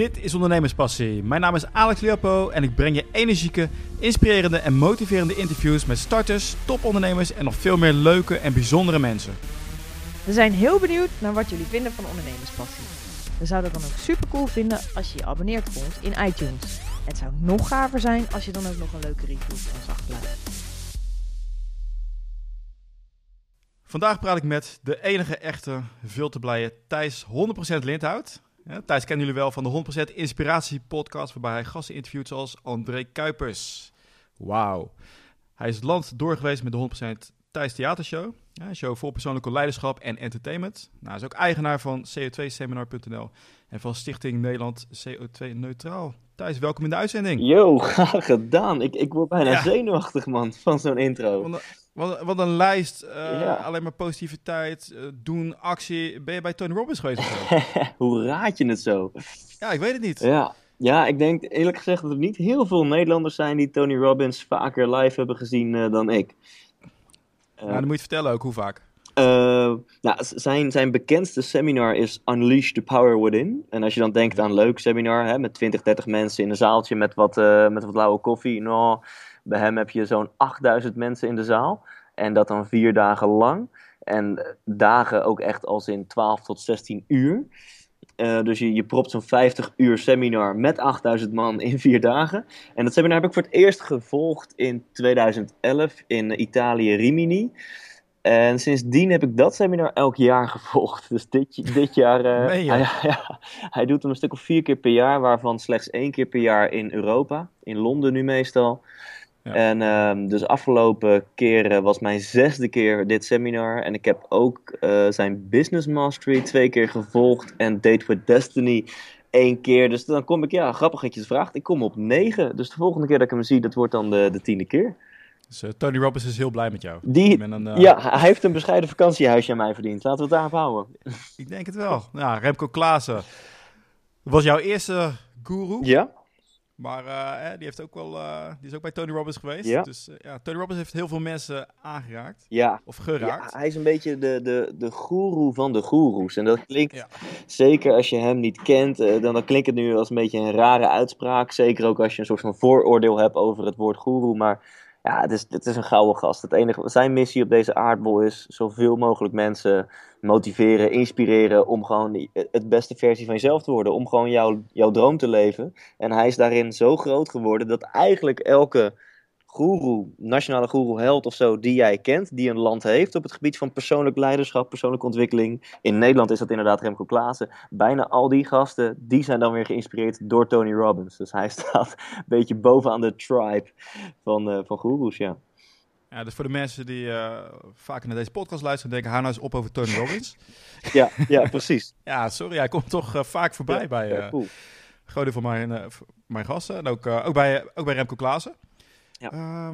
Dit is Ondernemerspassie. Mijn naam is Alex Leopo en ik breng je energieke, inspirerende en motiverende interviews met starters, topondernemers en nog veel meer leuke en bijzondere mensen. We zijn heel benieuwd naar wat jullie vinden van Ondernemerspassie. We zouden het dan ook super cool vinden als je je abonneert op ons in iTunes. Het zou nog gaver zijn als je dan ook nog een leuke review voor ons achterlaat. Vandaag praat ik met de enige echte, veel te blije Thijs 100% Lindhout. Ja, Thijs kennen jullie wel van de 100% Inspiratie podcast, waarbij hij gasten interviewt zoals André Kuipers. Wauw. Hij is het land door geweest met de 100% Thijs Theatershow. Ja, een show voor persoonlijke leiderschap en entertainment. Nou, hij is ook eigenaar van CO2seminar.nl en van Stichting Nederland CO2 Neutraal. Thijs, welkom in de uitzending. Yo, graag gedaan. Ik word bijna zenuwachtig, man, van zo'n intro. Wat een lijst, alleen maar positiviteit, doen, actie. Ben je bij Tony Robbins geweest of zo? Hoe raad je het zo? Ja, ik weet het niet. Ja, ik denk eerlijk gezegd dat er niet heel veel Nederlanders zijn die Tony Robbins vaker live hebben gezien dan ik. Dan moet je het vertellen ook, hoe vaak? Zijn bekendste seminar is Unleash the Power Within. En als je dan denkt aan een leuk seminar, hè, met 20, 30 mensen in een zaaltje met wat lauwe koffie. Nou, bij hem heb je zo'n 8000 mensen in de zaal. En dat dan 4 dagen lang. En dagen ook echt als in 12 tot 16 uur. Dus je propt zo'n 50 uur seminar met 8000 man in 4 dagen. En dat seminar heb ik voor het eerst gevolgd in 2011 in Italië, Rimini. En sindsdien heb ik dat seminar elk jaar gevolgd. Dus dit jaar... hij doet hem een stuk of 4 keer per jaar, waarvan slechts 1 keer per jaar in Europa. In Londen nu meestal. Ja. En dus afgelopen keer was mijn 6e keer dit seminar. En ik heb ook zijn Business Mastery 2 keer gevolgd. En Date with Destiny 1 keer. Dus dan kom ik, grappig dat je het vraagt, ik kom op 9. Dus de volgende keer dat ik hem zie, dat wordt dan de 10e keer. Dus Tony Robbins is heel blij met jou. Ja, hij heeft een bescheiden vakantiehuisje aan mij verdiend. Laten we het daarop houden. Ik denk het wel. Ja, Remco Klaassen was jouw eerste guru. Ja. Maar die is ook bij Tony Robbins geweest. Ja. Dus Tony Robbins heeft heel veel mensen aangeraakt. Ja. Of geraakt. Ja, hij is een beetje de goeroe van de goeroes. En dat klinkt, zeker als je hem niet kent, dan klinkt het nu als een beetje een rare uitspraak. Zeker ook als je een soort van vooroordeel hebt over het woord goeroe. Maar ja, het is een gouden gast. Zijn missie op deze aardbol is zoveel mogelijk mensen motiveren, inspireren om gewoon het beste versie van jezelf te worden. Om gewoon jouw droom te leven. En hij is daarin zo groot geworden dat eigenlijk elke goeroe, nationale goeroe, held of zo, die jij kent, die een land heeft op het gebied van persoonlijk leiderschap, persoonlijke ontwikkeling. In Nederland is dat inderdaad Remco Klaassen. Bijna al die gasten, die zijn dan weer geïnspireerd door Tony Robbins. Dus hij staat een beetje bovenaan de tribe van goeroes, ja. Ja, dus voor de mensen die vaker naar deze podcast luisteren, denken, hou nou eens op over Tony Robbins. Ja, precies. Ja, sorry, hij komt toch vaak voorbij bij cool. groot deel van mijn gasten. En ook bij Remco Klaassen. Ja.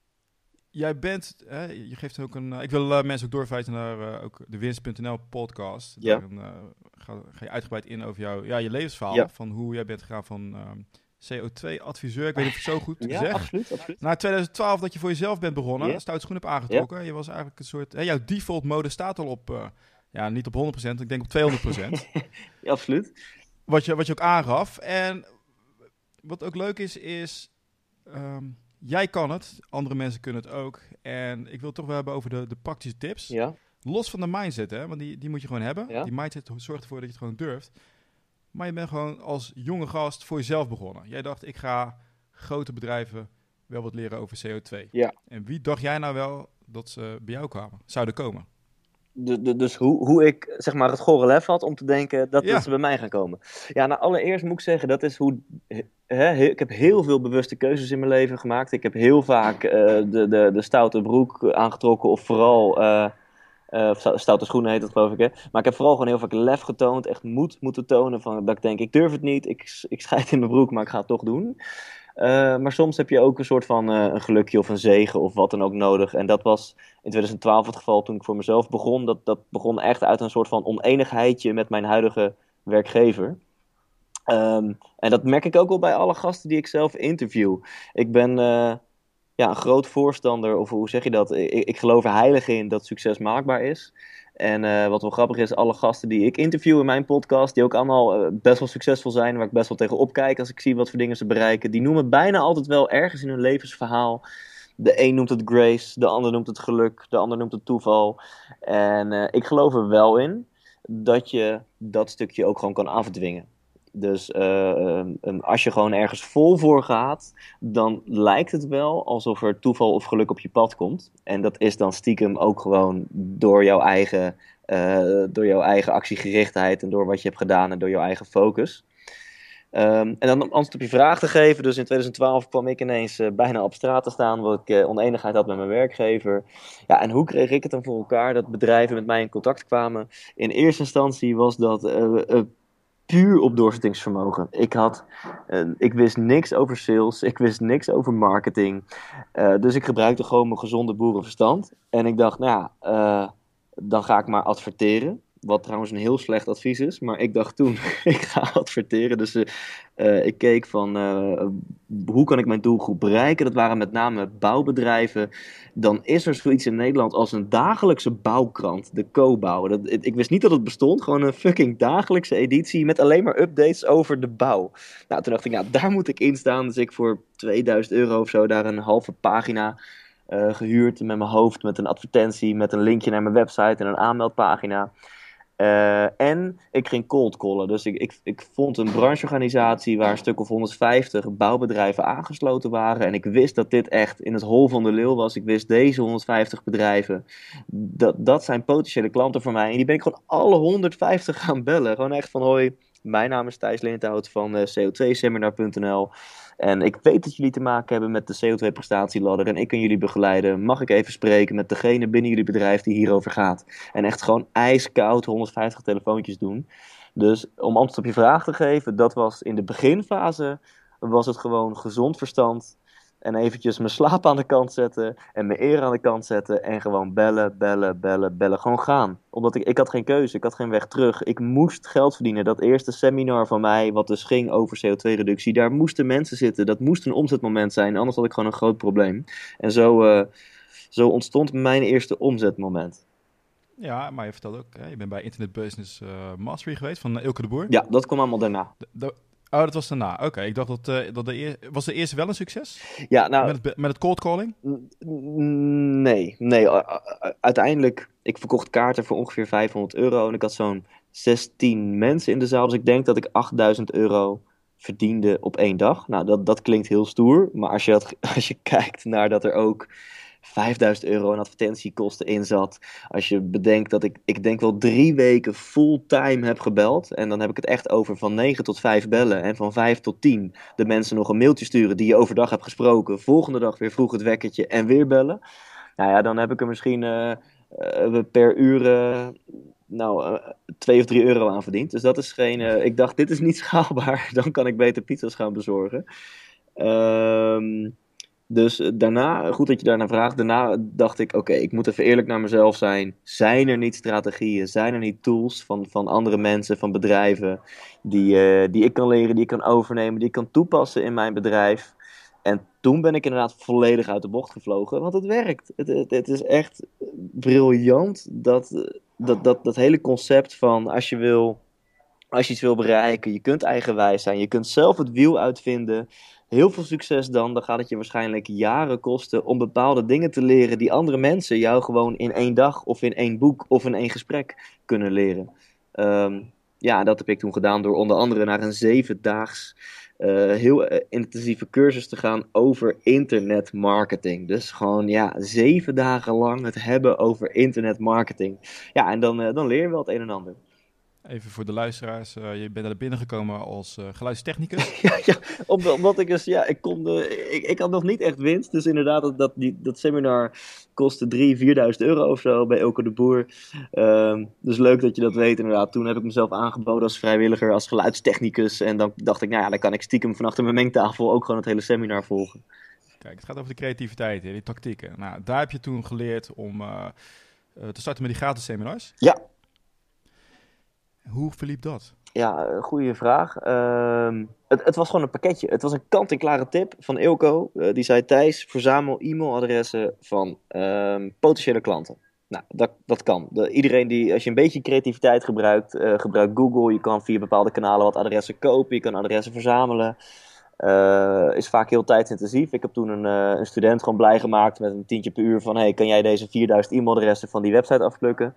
Jij bent, je geeft ook ik wil mensen ook doorverwijzen naar ook de Winst.nl podcast. Ja. Daarin ga je uitgebreid in over je levensverhaal. Van hoe jij bent gegaan van CO2-adviseur. Ik weet niet of ik het zo goed zeg. Ja, absoluut. Na 2012 dat je voor jezelf bent begonnen, stoute schoenen hebt aangetrokken. Ja. Je was eigenlijk een soort, jouw default mode staat al op, niet op 100%, ik denk op 200%. Ja, absoluut. Wat je ook aangaf. En wat ook leuk is jij kan het, andere mensen kunnen het ook. En ik wil het toch wel hebben over de praktische tips. Ja. Los van de mindset, hè, want die moet je gewoon hebben. Ja. Die mindset zorgt ervoor dat je het gewoon durft. Maar je bent gewoon als jonge gast voor jezelf begonnen. Jij dacht, ik ga grote bedrijven wel wat leren over CO2. Ja. En wie dacht jij nou wel dat ze bij jou zouden komen? Dus hoe ik zeg maar het gore lef had om te denken dat ze bij mij gaan komen. Ja, nou allereerst moet ik zeggen, dat is hoe... ik heb heel veel bewuste keuzes in mijn leven gemaakt. Ik heb heel vaak de stoute broek aangetrokken of vooral... stoute schoenen heet het, geloof ik, hè. Maar ik heb vooral gewoon heel vaak lef getoond. Echt moed moeten tonen. Van, dat ik denk, ik durf het niet. Ik schijt in mijn broek, maar ik ga het toch doen. Maar soms heb je ook een soort van een gelukje of een zegen of wat dan ook nodig. En dat was in 2012 het geval toen ik voor mezelf begon. Dat begon echt uit een soort van oneenigheidje met mijn huidige werkgever. En dat merk ik ook wel bij alle gasten die ik zelf interview. Ik ben een groot voorstander, of hoe zeg je dat? Ik geloof er heilig in dat succes maakbaar is. En wat wel grappig is, alle gasten die ik interview in mijn podcast, die ook allemaal best wel succesvol zijn, waar ik best wel tegen opkijk als ik zie wat voor dingen ze bereiken, die noemen bijna altijd wel ergens in hun levensverhaal. De een noemt het grace, de ander noemt het geluk, de ander noemt het toeval. En ik geloof er wel in dat je dat stukje ook gewoon kan afdwingen. Dus als je gewoon ergens vol voor gaat, dan lijkt het wel alsof er toeval of geluk op je pad komt. En dat is dan stiekem ook gewoon door jouw eigen actiegerichtheid en door wat je hebt gedaan en door jouw eigen focus. En dan om antwoord op je vraag te geven. Dus in 2012 kwam ik ineens bijna op straat te staan, omdat ik oneenigheid had met mijn werkgever. Ja, en hoe kreeg ik het dan voor elkaar dat bedrijven met mij in contact kwamen? In eerste instantie was dat puur op doorzettingsvermogen. Ik wist niks over sales, ik wist niks over marketing. Dus ik gebruikte gewoon mijn gezonde boerenverstand. En ik dacht, nou ja, dan ga ik maar adverteren. Wat trouwens een heel slecht advies is. Maar ik dacht toen, ik ga adverteren. Dus ik keek van, hoe kan ik mijn doelgroep bereiken? Dat waren met name bouwbedrijven. Dan is er zoiets in Nederland als een dagelijkse bouwkrant. De Co-bouw. Ik wist niet dat het bestond. Gewoon een fucking dagelijkse editie met alleen maar updates over de bouw. Nou, toen dacht ik, nou, daar moet ik in staan. Dus ik voor €2000 of zo daar een halve pagina gehuurd met mijn hoofd, met een advertentie, met een linkje naar mijn website en een aanmeldpagina. En ik ging cold callen. Dus ik vond een brancheorganisatie waar een stuk of 150 bouwbedrijven aangesloten waren. En ik wist dat dit echt in het hol van de leeuw was. Ik wist deze 150 bedrijven, dat zijn potentiële klanten voor mij. En die ben ik gewoon alle 150 gaan bellen. Gewoon echt van, hoi, mijn naam is Thijs Lindhout van CO2seminar.nl. En ik weet dat jullie te maken hebben met de CO2-prestatieladder en ik kan jullie begeleiden. Mag ik even spreken met degene binnen jullie bedrijf die hierover gaat? En echt gewoon ijskoud 150 telefoontjes doen. Dus om antwoord op je vraag te geven, dat was in de beginfase, was het gewoon gezond verstand. En eventjes mijn slaap aan de kant zetten en mijn eer aan de kant zetten en gewoon bellen. Gewoon gaan. Omdat ik had geen keuze, ik had geen weg terug. Ik moest geld verdienen. Dat eerste seminar van mij, wat dus ging over CO2-reductie, daar moesten mensen zitten. Dat moest een omzetmoment zijn, anders had ik gewoon een groot probleem. En zo ontstond mijn eerste omzetmoment. Ja, maar je vertelde ook, je bent bij Internet Business Mastery geweest van Ilke de Boer. Ja, dat kwam allemaal daarna. Oh, dat was daarna. Oké, ik dacht was de eerste wel een succes? Ja, nou, met het cold calling? Nee. Uiteindelijk, ik verkocht kaarten voor ongeveer €500 en ik had zo'n 16 mensen in de zaal. Dus ik denk dat ik €8.000 verdiende op 1 dag. Nou, dat klinkt heel stoer, maar als je kijkt naar dat er ook €5.000 aan advertentiekosten in zat. Als je bedenkt dat ik denk wel 3 weken fulltime heb gebeld. En dan heb ik het echt over van 9 tot 5 bellen. En van 5 tot 10 de mensen nog een mailtje sturen die je overdag hebt gesproken. Volgende dag weer vroeg het wekkertje en weer bellen. Nou ja, dan heb ik er misschien per uur €2 of €3 aan verdiend. Dus dat is geen... ik dacht, dit is niet schaalbaar. Dan kan ik beter pizza's gaan bezorgen. Dus daarna, goed dat je daarna vraagt, daarna dacht ik, oké, ik moet even eerlijk naar mezelf zijn. Zijn er niet strategieën, zijn er niet tools van andere mensen, van bedrijven, die ik kan leren, die ik kan overnemen, die ik kan toepassen in mijn bedrijf? En toen ben ik inderdaad volledig uit de bocht gevlogen, want het werkt. Het is echt briljant, dat hele concept van als je iets wil bereiken, je kunt eigenwijs zijn, je kunt zelf het wiel uitvinden. Heel veel succes dan gaat het je waarschijnlijk jaren kosten om bepaalde dingen te leren die andere mensen jou gewoon in 1 dag of in 1 boek of in 1 gesprek kunnen leren. Ja, dat heb ik toen gedaan door onder andere naar een 7-daags heel intensieve cursus te gaan over internetmarketing. Dus gewoon 7 dagen lang het hebben over internetmarketing. Ja, en dan leer je wel het een en ander. Even voor de luisteraars, je bent er binnengekomen als geluidstechnicus. Ja, omdat ik dus, ik had nog niet echt winst. Dus inderdaad, dat seminar kostte €3.000-4.000 of zo bij Ilke de Boer. Dus leuk dat je dat weet inderdaad. Toen heb ik mezelf aangeboden als vrijwilliger, als geluidstechnicus. En dan dacht ik, dan kan ik stiekem van achter mijn mengtafel ook gewoon het hele seminar volgen. Kijk, het gaat over de creativiteit, die tactieken. Nou, daar heb je toen geleerd om te starten met die gratis seminars. Ja. Hoe verliep dat? Ja, goede vraag. Het was gewoon een pakketje. Het was een kant-en-klare tip van Ilko. Die zei, Thijs, verzamel e-mailadressen van potentiële klanten. Nou, dat kan. Iedereen die, als je een beetje creativiteit gebruikt, gebruik Google. Je kan via bepaalde kanalen wat adressen kopen. Je kan adressen verzamelen. Is vaak heel tijdsintensief. Ik heb toen een student gewoon blij gemaakt met een tientje per uur van... Hey, kan jij deze 4000 e-mailadressen van die website afplukken?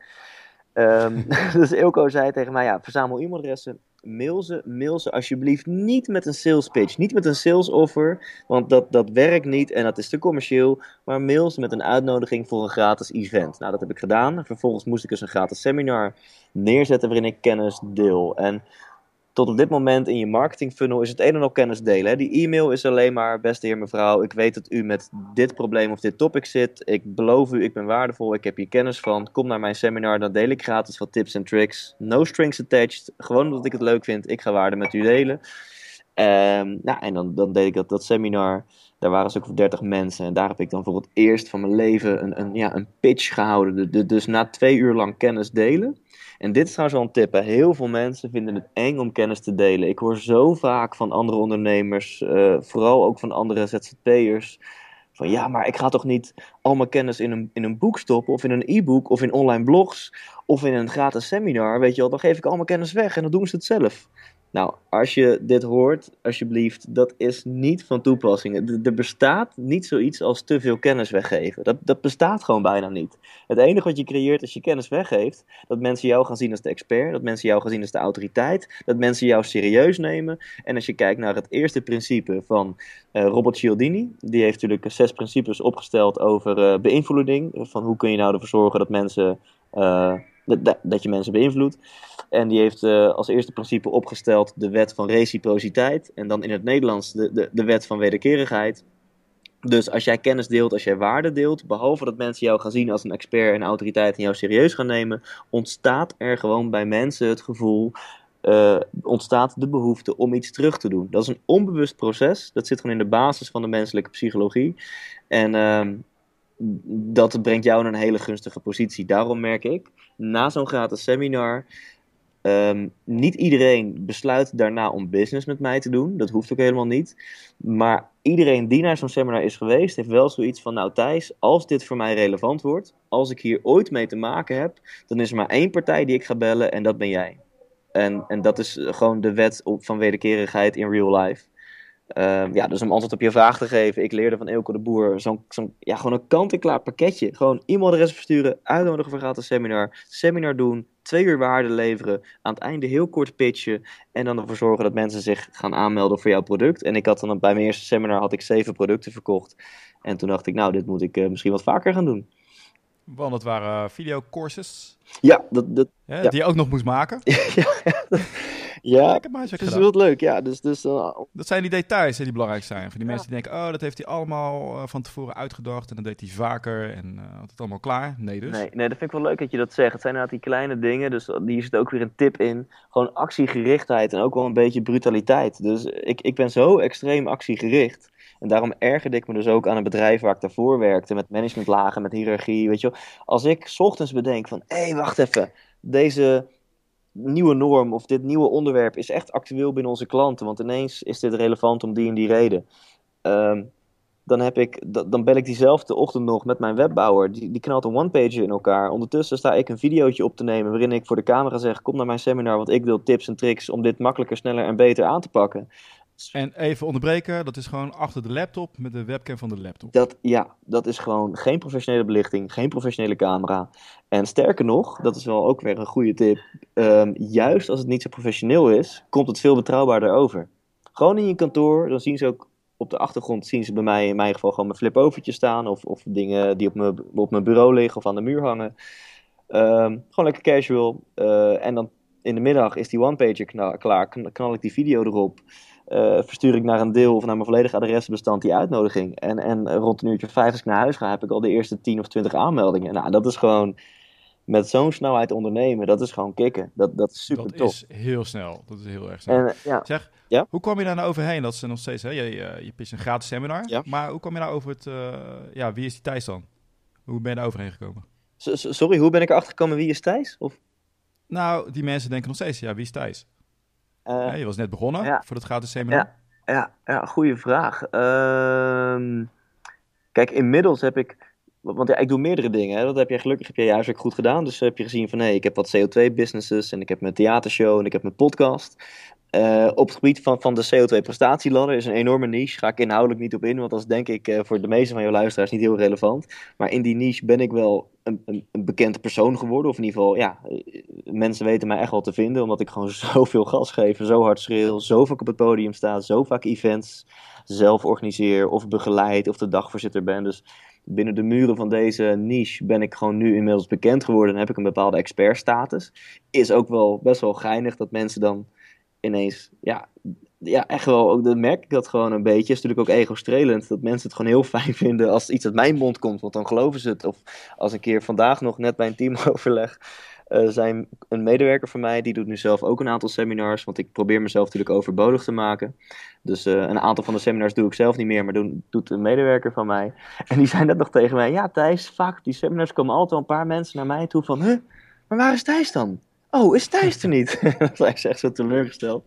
Dus Eelco zei tegen mij, ja, verzamel e-mailadressen. Mail ze alsjeblieft niet met een sales pitch. Niet met een sales offer, want dat werkt niet en dat is te commercieel. Maar mail ze met een uitnodiging voor een gratis event. Nou, dat heb ik gedaan. Vervolgens moest ik dus een gratis seminar neerzetten waarin ik kennis deel. En tot op dit moment in je marketing funnel is het een en al kennis delen. Hè? Die e-mail is alleen maar, beste heer mevrouw, ik weet dat u met dit probleem of dit topic zit. Ik beloof u, ik ben waardevol, ik heb hier kennis van. Kom naar mijn seminar, dan deel ik gratis wat tips en tricks. No strings attached, gewoon omdat ik het leuk vind. Ik ga waarde met u delen. Nou, en dan deed ik dat seminar. Daar waren ze ook 30 mensen. En daar heb ik dan voor het eerst van mijn leven een pitch gehouden. Dus na 2 uur lang kennis delen. En dit is trouwens wel een tip. Hè. Heel veel mensen vinden het eng om kennis te delen. Ik hoor zo vaak van andere ondernemers, vooral ook van andere ZZP'ers, van ja, maar ik ga toch niet al mijn kennis in een boek stoppen, of in een e-book, of in online blogs, of in een gratis seminar. Weet je wel, dan geef ik al mijn kennis weg en dan doen ze het zelf. Nou, als je dit hoort, alsjeblieft, dat is niet van toepassing. Er bestaat niet zoiets als te veel kennis weggeven. Dat bestaat gewoon bijna niet. Het enige wat je creëert als je kennis weggeeft, dat mensen jou gaan zien als de expert, dat mensen jou gaan zien als de autoriteit, dat mensen jou serieus nemen. En als je kijkt naar het eerste principe van Robert Cialdini, die heeft natuurlijk 6 principes opgesteld over beïnvloeding. Van hoe kun je nou ervoor zorgen dat mensen... dat je mensen beïnvloedt. En die heeft als eerste principe opgesteld de wet van reciprociteit. En dan in het Nederlands de wet van wederkerigheid. Dus als jij kennis deelt, als jij waarde deelt, behalve dat mensen jou gaan zien als een expert en autoriteit en jou serieus gaan nemen, ontstaat er gewoon bij mensen het gevoel, ontstaat de behoefte om iets terug te doen. Dat is een onbewust proces. Dat zit gewoon in de basis van de menselijke psychologie. En dat brengt jou in een hele gunstige positie. Daarom merk ik, na zo'n gratis seminar, niet iedereen besluit daarna om business met mij te doen. Dat hoeft ook helemaal niet. Maar iedereen die naar zo'n seminar is geweest, heeft wel zoiets van, nou Thijs, als dit voor mij relevant wordt, als ik hier ooit mee te maken heb, dan is er maar 1 partij die ik ga bellen en dat ben jij. En dat is gewoon de wet van wederkerigheid in real life. Dus om antwoord op je vraag te geven, ik leerde van Eelco de Boer gewoon een kant-en-klaar pakketje. Gewoon e-mailadres versturen, uitnodigen voor gratis seminar doen, 2 uur waarde leveren, aan het einde heel kort pitchen en dan ervoor zorgen dat mensen zich gaan aanmelden voor jouw product. En ik had dan bij mijn eerste seminar had ik 7 producten verkocht. En toen dacht ik, nou, dit moet ik misschien wat vaker gaan doen. Want het waren videocourses. Ja, die je ook nog moest maken. Ja, dat is wel leuk. Ja, dat zijn die details die belangrijk zijn. Voor die mensen die denken, dat heeft hij allemaal van tevoren uitgedacht. En dan deed hij vaker en had het allemaal klaar. Nee dus. Nee, dat vind ik wel leuk dat je dat zegt. Het zijn inderdaad die kleine dingen. Dus hier zit ook weer een tip in. Gewoon actiegerichtheid en ook wel een beetje brutaliteit. Dus ik ben zo extreem actiegericht. En daarom ergerde ik me dus ook aan een bedrijf waar ik daarvoor werkte. Met managementlagen, met hiërarchie, weet je wel. Als ik 's ochtends bedenk van, wacht even. Deze nieuwe norm of dit nieuwe onderwerp is echt actueel binnen onze klanten. Want ineens is dit relevant om die en die reden. Dan bel ik diezelfde ochtend nog met mijn webbouwer. Die knalt een one-pager in elkaar. Ondertussen sta ik een videootje op te nemen waarin ik voor de camera zeg, kom naar mijn seminar, want ik deel tips en tricks om dit makkelijker, sneller en beter aan te pakken. En even onderbreken, dat is gewoon achter de laptop met de webcam van de laptop. Dat is gewoon geen professionele belichting, geen professionele camera. En sterker nog, dat is wel ook weer een goede tip, juist als het niet zo professioneel is, komt het veel betrouwbaarder over. Gewoon in je kantoor, dan zien ze ook op de achtergrond, zien ze bij mij in mijn geval gewoon mijn flip-overtje staan of dingen die op mijn bureau liggen of aan de muur hangen. Gewoon lekker casual. En dan in de middag is die one-pager klaar, knal ik die video erop. Verstuur ik naar een deel of naar mijn volledige adresbestand die uitnodiging. En rond een uurtje 5 als ik naar huis ga, heb ik al de eerste 10 of 20 aanmeldingen. Nou, dat is gewoon met zo'n snelheid ondernemen, dat is gewoon kicken. Dat is super top. Dat is heel snel. Dat is heel erg snel. Zeg, hoe kwam je daar nou overheen? Dat ze nog steeds, je pitcht een gratis seminar. Ja. Maar hoe kwam je nou over het, wie is die Thijs dan? Hoe ben je daar overheen gekomen? Sorry, hoe ben ik erachter gekomen wie is Thijs? Of? Nou, die mensen denken nog steeds, wie is Thijs? Je was net begonnen voor het gratis seminar. Ja, goede vraag. Kijk, inmiddels heb ik Want ja, ik doe meerdere dingen. Hè. Dat heb jij gelukkig heb je juist ook goed gedaan. Dus heb je gezien van, ik heb wat CO2-businesses en ik heb mijn theatershow en ik heb mijn podcast. Op het gebied van de CO2-prestatieladder is een enorme niche. Ga ik inhoudelijk niet op in, want dat is denk ik voor de meeste van jouw luisteraars niet heel relevant. Maar in die niche ben ik wel een bekende persoon geworden. Of in ieder geval, ja, mensen weten mij echt wel te vinden. Omdat ik gewoon zoveel gas geef, zo hard schreeuw, zo vaak op het podium sta, zo vaak events zelf organiseer of begeleid of de dagvoorzitter ben. Dus binnen de muren van deze niche ben ik gewoon nu inmiddels bekend geworden en heb ik een bepaalde expertstatus. Is ook wel best wel geinig dat mensen dan ineens, ja, echt wel, ook, dan merk ik dat gewoon een beetje. Is natuurlijk ook ego-strelend, dat mensen het gewoon heel fijn vinden als iets uit mijn mond komt, want dan geloven ze het. Of als een keer vandaag nog net bij een teamoverleg zijn een medewerker van mij, die doet nu zelf ook een aantal seminars, want ik probeer mezelf natuurlijk overbodig te maken. Dus een aantal van de seminars doe ik zelf niet meer, maar doet een medewerker van mij. En die zei net nog tegen mij, ja Thijs, vaak op die seminars komen altijd wel een paar mensen naar mij toe van, maar waar is Thijs dan? Oh, is Thijs er niet? Hij is echt zo teleurgesteld.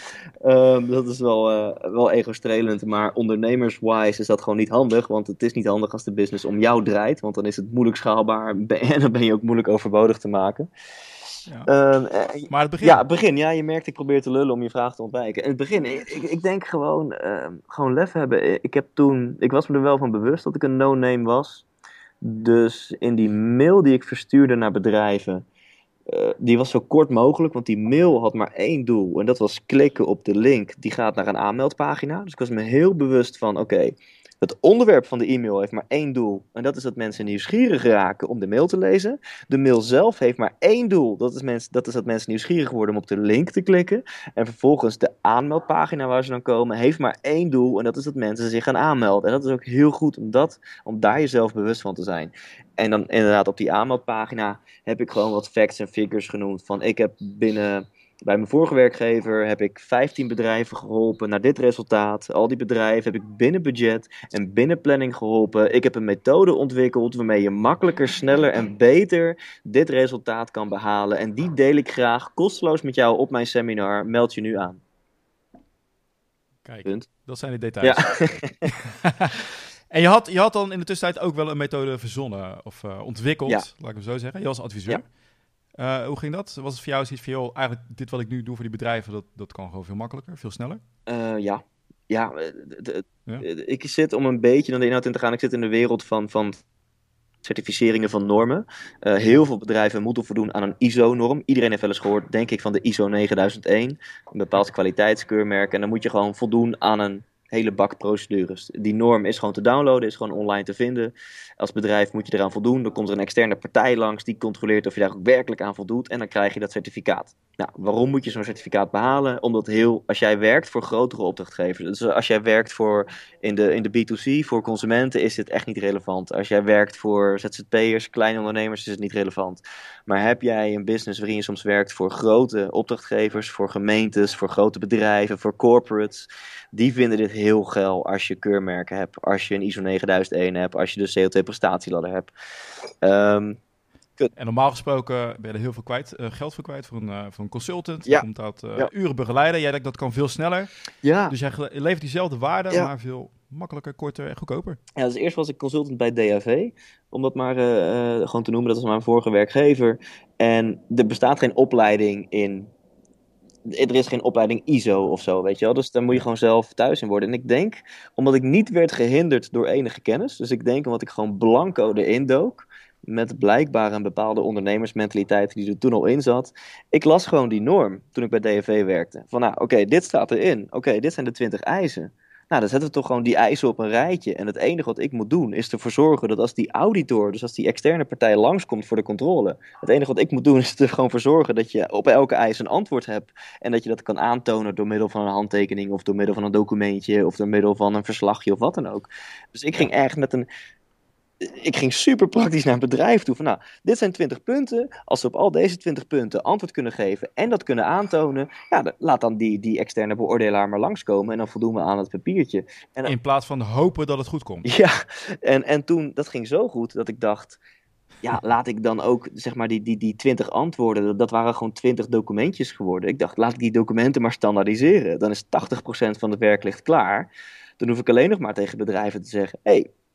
Dat is wel ego-strelend, maar ondernemers-wise is dat gewoon niet handig, want het is niet handig als de business om jou draait, want dan is het moeilijk schaalbaar en dan ben je ook moeilijk overbodig te maken. Ja. Maar het begin? Ja, het begin. Ja, je merkt ik probeer te lullen om je vraag te ontwijken. In het begin, ik denk gewoon lef hebben. Ik was me er wel van bewust dat ik een no-name was. Dus in die mail die ik verstuurde naar bedrijven, die was zo kort mogelijk, want die mail had maar één doel. En dat was klikken op de link, die gaat naar een aanmeldpagina. Dus ik was me heel bewust van, oké, het onderwerp van de e-mail heeft maar één doel. En dat is dat mensen nieuwsgierig raken om de mail te lezen. De mail zelf heeft maar één doel. Dat is dat mensen nieuwsgierig worden om op de link te klikken. En vervolgens de aanmeldpagina waar ze dan komen, heeft maar één doel. En dat is dat mensen zich gaan aanmelden. En dat is ook heel goed om daar jezelf bewust van te zijn. En dan inderdaad op die aanmeldpagina heb ik gewoon wat facts en figures genoemd. Van ik heb bij mijn vorige werkgever heb ik 15 bedrijven geholpen naar dit resultaat. Al die bedrijven heb ik binnen budget en binnen planning geholpen. Ik heb een methode ontwikkeld waarmee je makkelijker, sneller en beter dit resultaat kan behalen. En die deel ik graag kosteloos met jou op mijn seminar. Meld je nu aan. Kijk, Punt. Dat zijn de details. Ja. En je had dan in de tussentijd ook wel een methode verzonnen of ontwikkeld, laat ik het zo zeggen. Je was adviseur. Ja. Hoe ging dat? Was het voor jou zoiets van, eigenlijk dit wat ik nu doe voor die bedrijven, dat kan gewoon veel makkelijker, veel sneller? Ik zit om een beetje dan de inhoud in te gaan. Ik zit in de wereld van certificeringen van normen. Heel veel bedrijven moeten voldoen aan een ISO-norm. Iedereen heeft wel eens gehoord, denk ik, van de ISO 9001. Een bepaald kwaliteitskeurmerk. En dan moet je gewoon voldoen aan een hele bak procedures. Die norm is gewoon te downloaden, is gewoon online te vinden. Als bedrijf moet je eraan voldoen. Dan komt er een externe partij langs die controleert of je daar ook werkelijk aan voldoet. En dan krijg je dat certificaat. Nou, waarom moet je zo'n certificaat behalen? Omdat als jij werkt voor grotere opdrachtgevers. Dus als jij werkt in de B2C, voor consumenten, is dit echt niet relevant. Als jij werkt voor ZZP'ers, kleine ondernemers, is het niet relevant. Maar heb jij een business waarin je soms werkt voor grote opdrachtgevers, voor gemeentes, voor grote bedrijven, voor corporates, die vinden dit heel geil als je keurmerken hebt, als je een ISO 9001 hebt, als je de CO2-prestatieladder hebt. En normaal gesproken ben je er heel veel geld voor kwijt voor een consultant. Ja. Komt dat uren begeleiden. Jij denkt dat kan veel sneller. Ja. Dus jij levert diezelfde waarde, maar veel makkelijker, korter en goedkoper. Ja, dus eerst was ik consultant bij DAV, om dat maar gewoon te noemen. Dat was mijn vorige werkgever. En er bestaat geen opleiding er is geen opleiding ISO of zo, weet je wel. Dus daar moet je gewoon zelf thuis in worden. En ik denk, omdat ik niet werd gehinderd door enige kennis, dus ik denk omdat ik gewoon blanco erin dook, met blijkbaar een bepaalde ondernemersmentaliteit die er toen al in zat. Ik las gewoon die norm toen ik bij DAV werkte. Van oké, dit staat erin. Oké, dit zijn de 20 eisen. Nou, dan zetten we toch gewoon die eisen op een rijtje. En het enige wat ik moet doen is ervoor zorgen dat als die auditor, dus als die externe partij langskomt voor de controle, het enige wat ik moet doen is er gewoon voor zorgen dat je op elke eis een antwoord hebt. En dat je dat kan aantonen door middel van een handtekening of door middel van een documentje of door middel van een verslagje of wat dan ook. Dus ik ging echt ik ging super praktisch naar een bedrijf toe. Van dit zijn 20 punten. Als ze op al deze 20 punten antwoord kunnen geven en dat kunnen aantonen, laat dan die externe beoordelaar maar langskomen en dan voldoen we aan het papiertje. En in plaats van hopen dat het goed komt. Ja, en toen, dat ging zo goed dat ik dacht, laat ik dan ook, zeg maar, die 20 antwoorden, dat waren gewoon 20 documentjes geworden. Ik dacht, laat ik die documenten maar standaardiseren. Dan is 80% van het werk ligt klaar. Dan hoef ik alleen nog maar tegen bedrijven te zeggen, hey,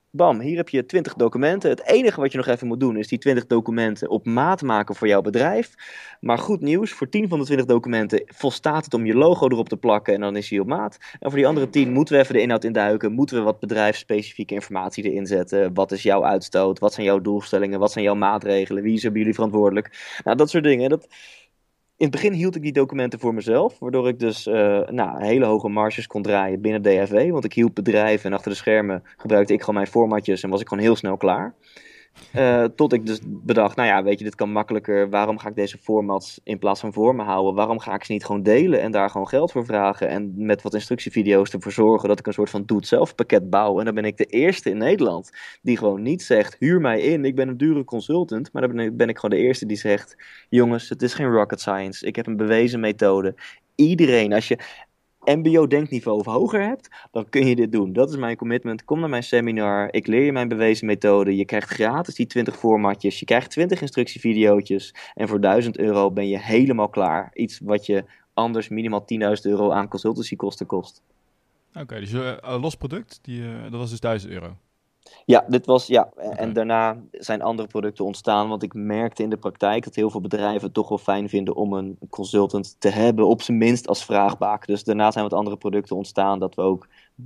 Bam, hier heb je 20 documenten. Het enige wat je nog even moet doen is die 20 documenten op maat maken voor jouw bedrijf. Maar goed nieuws, voor 10 van de 20 documenten volstaat het om je logo erop te plakken en dan is hij op maat. En voor die andere 10 moeten we even de inhoud induiken, moeten we wat bedrijfsspecifieke informatie erin zetten. Wat is jouw uitstoot, wat zijn jouw doelstellingen, wat zijn jouw maatregelen, wie zijn jullie verantwoordelijk. Nou, dat soort dingen. In het begin hield ik die documenten voor mezelf, waardoor ik dus hele hoge marges kon draaien binnen DFW. Want ik hielp bedrijven en achter de schermen gebruikte ik gewoon mijn formatjes en was ik gewoon heel snel klaar. Tot ik dus bedacht, nou ja, weet je, dit kan makkelijker. Waarom ga ik deze formats in plaats van voor me houden? Waarom ga ik ze niet gewoon delen en daar gewoon geld voor vragen? En met wat instructievideo's ervoor zorgen dat ik een soort van doe-het-zelf pakket bouw. En dan ben ik de eerste in Nederland die gewoon niet zegt, huur mij in, ik ben een dure consultant. Maar dan ben ik gewoon de eerste die zegt, jongens, het is geen rocket science. Ik heb een bewezen methode. Iedereen, als je MBO-denkniveau of hoger hebt, dan kun je dit doen. Dat is mijn commitment. Kom naar mijn seminar. Ik leer je mijn bewezen methode. Je krijgt gratis die 20 formatjes. Je krijgt 20 instructievideootjes. En voor €1000 ben je helemaal klaar. Iets wat je anders minimaal €10.000 aan consultancykosten kost. Oké, dus los product, dat was dus €1000. Ja, dit was, ja. Oké. En daarna zijn andere producten ontstaan, want ik merkte in de praktijk dat heel veel bedrijven het toch wel fijn vinden om een consultant te hebben, op zijn minst als vraagbaak. Dus daarna zijn wat andere producten ontstaan, dat we ook,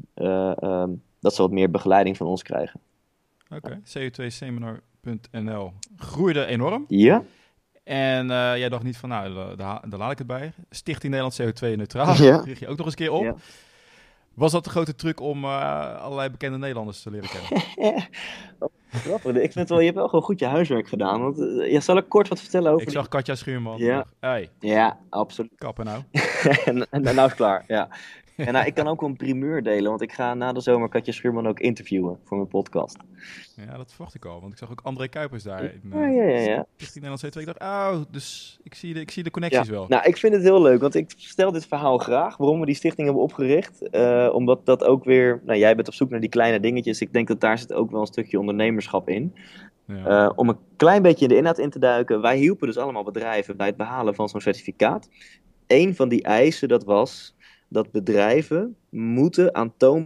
dat ze wat meer begeleiding van ons krijgen. Oké, co2seminar.nl groeide enorm. Ja? En jij dacht niet van, nou, daar laat ik het bij. Stichting Nederland CO2 Neutraal, Ja. richt je ook nog eens een keer op. Ja. Was dat de grote truc om allerlei bekende Nederlanders te leren kennen? Grappig. Ik vind het wel, je hebt wel gewoon goed je huiswerk gedaan. Want, zal ik kort wat vertellen over Ik zag Katja Schuurman. Ja. Hey, Ja, absoluut. kappen nou. en nou is het klaar, ja. En ik kan ook wel een primeur delen, want ik ga na de zomer Katja Schuurman ook interviewen voor mijn podcast. Ja, dat verwacht ik al, want ik zag ook André Kuipers daar. Ja. Stichting Nederland CO2. Ik dacht, dus ik zie de connecties wel. Nou, ik vind het heel leuk, want ik vertel dit verhaal graag, waarom we die stichting hebben opgericht. Omdat dat ook weer, nou, jij bent op zoek naar die kleine dingetjes. Ik denk dat daar zit ook wel een stukje ondernemerschap in. Ja. Om een klein beetje in de inhoud in te duiken. Wij hielpen dus allemaal bedrijven bij het behalen van zo'n certificaat. Eén van die eisen, dat was dat bedrijven moeten aantoonbaar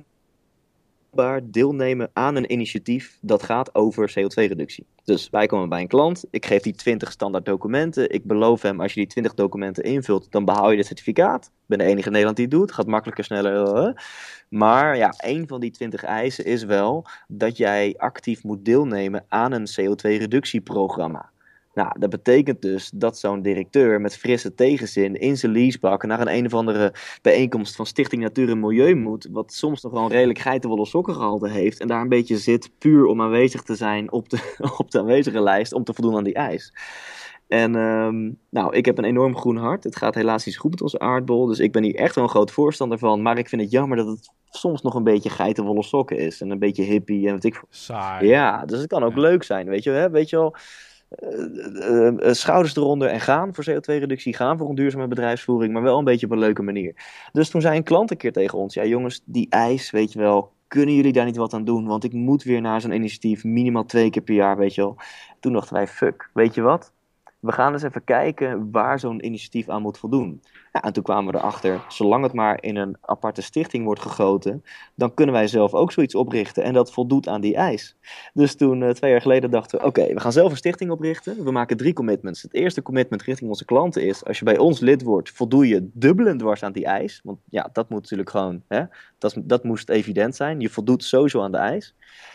deelnemen aan een initiatief dat gaat over CO2-reductie. Dus wij komen bij een klant, ik geef die 20 standaard documenten, ik beloof hem als je die 20 documenten invult, dan behaal je het certificaat. Ik ben de enige in Nederland die het doet, gaat makkelijker, sneller. Maar ja, één van die 20 eisen is wel dat jij actief moet deelnemen aan een CO2-reductieprogramma. Nou, dat betekent dus dat zo'n directeur met frisse tegenzin in zijn leasebak naar een of andere bijeenkomst van Stichting Natuur en Milieu moet, wat soms nog wel een redelijk geitenwolle sokkengehalte heeft en daar een beetje zit puur om aanwezig te zijn op de aanwezige lijst om te voldoen aan die eis. En ik heb een enorm groen hart. Het gaat helaas niet zo goed met onze aardbol, dus ik ben hier echt wel een groot voorstander van, maar ik vind het jammer dat het soms nog een beetje geitenwolle sokken is en een beetje hippie en wat ik. Saai. Ja, dus het kan ook leuk zijn, weet je wel. Schouders eronder en gaan voor CO2-reductie, gaan voor een duurzame bedrijfsvoering, maar wel een beetje op een leuke manier. Dus toen zei een klant een keer tegen ons, ja jongens, die eis, weet je wel, kunnen jullie daar niet wat aan doen? Want ik moet weer naar zo'n initiatief, minimaal 2 keer per jaar, weet je wel. Toen dachten wij, fuck, weet je wat? We gaan eens even kijken waar zo'n initiatief aan moet voldoen. Ja, en toen kwamen we erachter, zolang het maar in een aparte stichting wordt gegoten, dan kunnen wij zelf ook zoiets oprichten en dat voldoet aan die eis. Dus toen, 2 jaar geleden, dachten we, oké, we gaan zelf een stichting oprichten. We maken 3 commitments. Het eerste commitment richting onze klanten is, als je bij ons lid wordt, voldoe je dubbel en dwars aan die eis. Want ja, dat moet natuurlijk gewoon, dat moest evident zijn. Je voldoet sowieso aan de eis.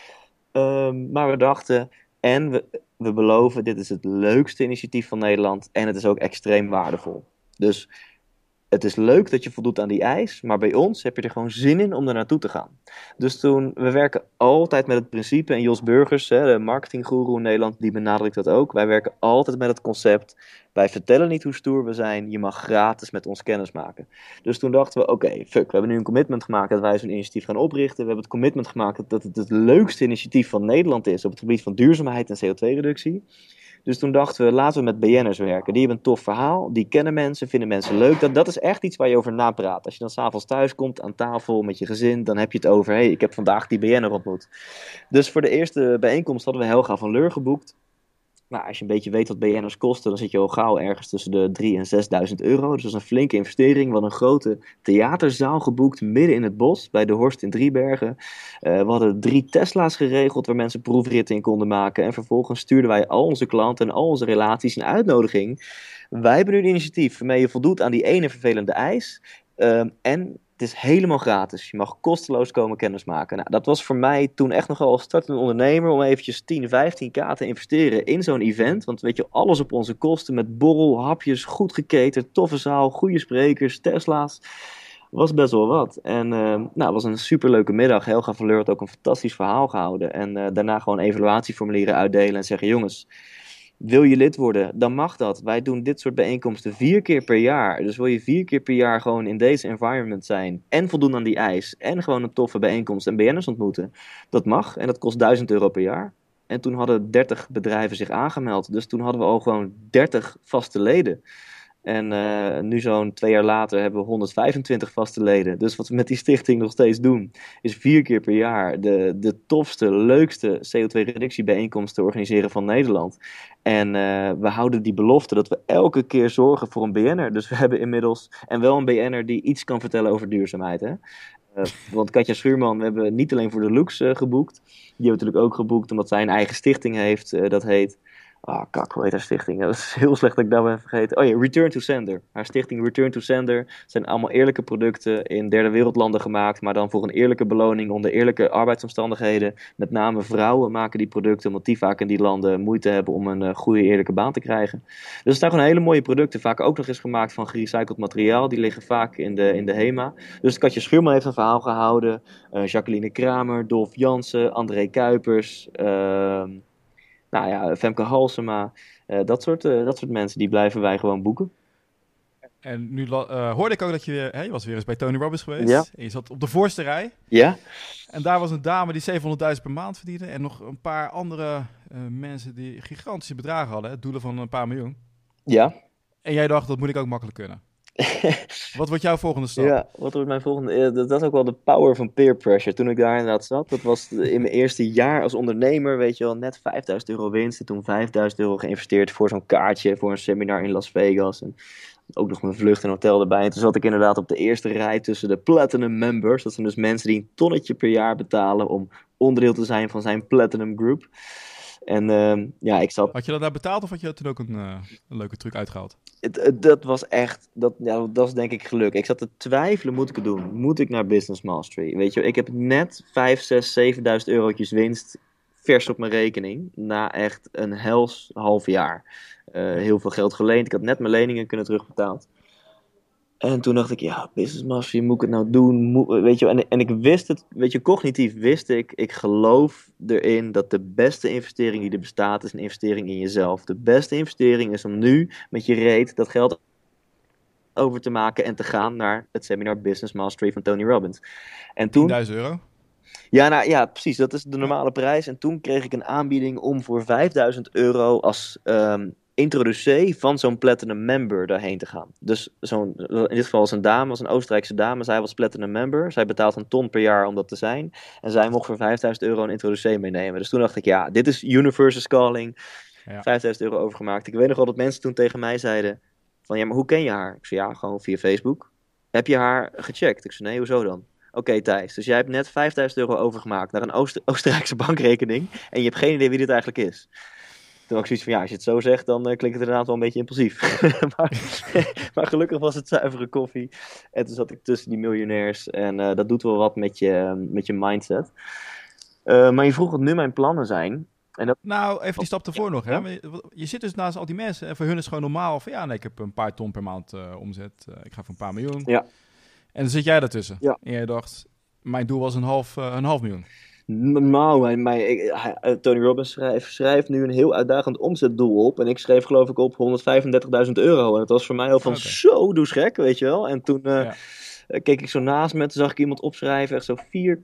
Maar we dachten, en we beloven, dit is het leukste initiatief van Nederland en het is ook extreem waardevol. Dus het is leuk dat je voldoet aan die eis, maar bij ons heb je er gewoon zin in om er naartoe te gaan. Dus we werken altijd met het principe, en Jos Burgers, de marketinggoeroe in Nederland, die benadrukt dat ook. Wij werken altijd met het concept, wij vertellen niet hoe stoer we zijn, je mag gratis met ons kennis maken. Dus toen dachten we, oké, fuck, we hebben nu een commitment gemaakt dat wij zo'n initiatief gaan oprichten. We hebben het commitment gemaakt dat het leukste initiatief van Nederland is op het gebied van duurzaamheid en CO2-reductie. Dus toen dachten we, laten we met BN'ers werken. Die hebben een tof verhaal, die kennen mensen, vinden mensen leuk. Dat is echt iets waar je over napraat. Als je dan s'avonds thuis komt aan tafel met je gezin, dan heb je het over, ik heb vandaag die BN'er ontmoet. Dus voor de eerste bijeenkomst hadden we Helga van Leur geboekt. Nou, als je een beetje weet wat BN'ers kosten, dan zit je al gauw ergens tussen de 3.000 en 6.000 euro. Dus dat is een flinke investering. We hadden een grote theaterzaal geboekt midden in het bos, bij de Horst in Driebergen. We hadden 3 Tesla's geregeld waar mensen proefritten in konden maken. En vervolgens stuurden wij al onze klanten en al onze relaties een uitnodiging. Wij hebben nu een initiatief waarmee je voldoet aan die ene vervelende eis. En het is helemaal gratis. Je mag kosteloos komen kennismaken. Nou, dat was voor mij toen echt nogal als startende ondernemer om eventjes 10, 15k te investeren in zo'n event. Want weet je, alles op onze kosten met borrel, hapjes, goed geketerd, toffe zaal, goede sprekers, Tesla's. Was best wel wat. En nou, het was een superleuke middag. Helga Verleur had ook een fantastisch verhaal gehouden. En daarna gewoon evaluatieformulieren uitdelen en zeggen, jongens, wil je lid worden, dan mag dat. Wij doen dit soort bijeenkomsten 4 keer per jaar. Dus wil je 4 keer per jaar gewoon in deze environment zijn en voldoen aan die eis en gewoon een toffe bijeenkomst en BN'ers ontmoeten. Dat mag en dat kost €1.000 per jaar. En toen hadden 30 bedrijven zich aangemeld. Dus toen hadden we al gewoon 30 vaste leden. En nu zo'n 2 jaar later hebben we 125 vaste leden. Dus wat we met die stichting nog steeds doen, is 4 keer per jaar de tofste, leukste CO2-reductiebijeenkomsten organiseren van Nederland. En we houden die belofte dat we elke keer zorgen voor een BN'er. Dus we hebben inmiddels, en wel een BN'er die iets kan vertellen over duurzaamheid. Hè? Want Katja Schuurman, we hebben niet alleen voor de looks geboekt. Die hebben we natuurlijk ook geboekt omdat zij een eigen stichting heeft. Dat heet... hoe heet haar stichting? Dat is heel slecht dat ik dat ben vergeten. Oh ja, Return to Sender. Haar stichting Return to Sender zijn allemaal eerlijke producten in derde wereldlanden gemaakt, maar dan voor een eerlijke beloning onder eerlijke arbeidsomstandigheden. Met name vrouwen maken die producten, omdat die vaak in die landen moeite hebben om een goede eerlijke baan te krijgen. Dus er staan gewoon hele mooie producten, vaak ook nog eens gemaakt van gerecycled materiaal. Die liggen vaak in de HEMA. Dus Katja Schuurman heeft een verhaal gehouden. Jacqueline Kramer, Dolf Jansen, André Kuipers... Nou ja, Femke Halsema, dat soort mensen, die blijven wij gewoon boeken. En nu hoorde ik ook dat je was weer eens bij Tony Robbins geweest. Ja. En je zat op de voorste rij. Ja. En daar was een dame die 700.000 per maand verdiende. En nog een paar andere mensen die gigantische bedragen hadden. Doelen van een paar miljoen. Ja. En jij dacht, dat moet ik ook makkelijk kunnen. Wat wordt jouw volgende stap? Ja, wat wordt mijn volgende? Dat is ook wel de power van peer pressure. Toen ik daar inderdaad zat, dat was in mijn eerste jaar als ondernemer, weet je wel, net €5.000 winst. En toen €5.000 geïnvesteerd voor zo'n kaartje, voor een seminar in Las Vegas. En ook nog mijn vlucht en hotel erbij. En toen zat ik inderdaad op de eerste rij tussen de Platinum Members. Dat zijn dus mensen die een tonnetje per jaar betalen om onderdeel te zijn van zijn Platinum Group. En ja, ik zat... Had je dat daar betaald of had je toen ook een leuke truc uitgehaald? Dat was echt, dat was denk ik geluk. Ik zat te twijfelen, moet ik het doen? Moet ik naar Business Mastery? Weet je, ik heb net 5, 6, 7.000 eurotjes winst vers op mijn rekening. Na echt een hels half jaar. Heel veel geld geleend. Ik had net mijn leningen kunnen terugbetaald. En toen dacht ik, ja, Business Mastery, moet ik het nou doen? Weet je, en ik wist het, weet je, cognitief wist ik geloof erin dat de beste investering die er bestaat, is een investering in jezelf. De beste investering is om nu met je reet dat geld over te maken en te gaan naar het seminar Business Mastery van Tony Robbins. En toen... €10.000? Ja, nou, ja, precies. Dat is de normale prijs. En toen kreeg ik een aanbieding om voor €5.000 als introducee van zo'n Platinum Member daarheen te gaan. Dus in dit geval was een dame, was een Oostenrijkse dame. Zij was Platinum Member. Zij betaalt een ton per jaar om dat te zijn. En zij mocht voor €5.000 een introducee meenemen. Dus toen dacht ik, ja, dit is Universe's Calling. Ja. €5.000 overgemaakt. Ik weet nog wel dat mensen toen tegen mij zeiden van, ja, maar hoe ken je haar? Ik zei, ja, gewoon via Facebook. Heb je haar gecheckt? Ik zei, nee, hoezo dan? Oké, Thijs, dus jij hebt net €5.000 overgemaakt naar een Oostenrijkse bankrekening en je hebt geen idee wie dit eigenlijk is. Toen had ik zoiets van, ja, als je het zo zegt, dan klinkt het inderdaad wel een beetje impulsief. maar gelukkig was het zuivere koffie. En toen zat ik tussen die miljonairs en dat doet wel wat met je mindset. Maar je vroeg wat nu mijn plannen zijn. En dat... Nou, even die stap ervoor nog. Hè? Je zit dus naast al die mensen en voor hun is het gewoon normaal van, ja, nee, ik heb een paar ton per maand omzet. Ik ga voor een paar miljoen. Ja. En dan zit jij daartussen. Ja. En jij dacht, mijn doel was een half miljoen. Nou, Tony Robbins schrijft nu een heel uitdagend omzetdoel op. En ik schreef geloof ik op €135.000. En dat was voor mij al van, zo, doe eens gek, weet je wel. En toen keek ik zo naast me, toen zag ik iemand opschrijven, echt zo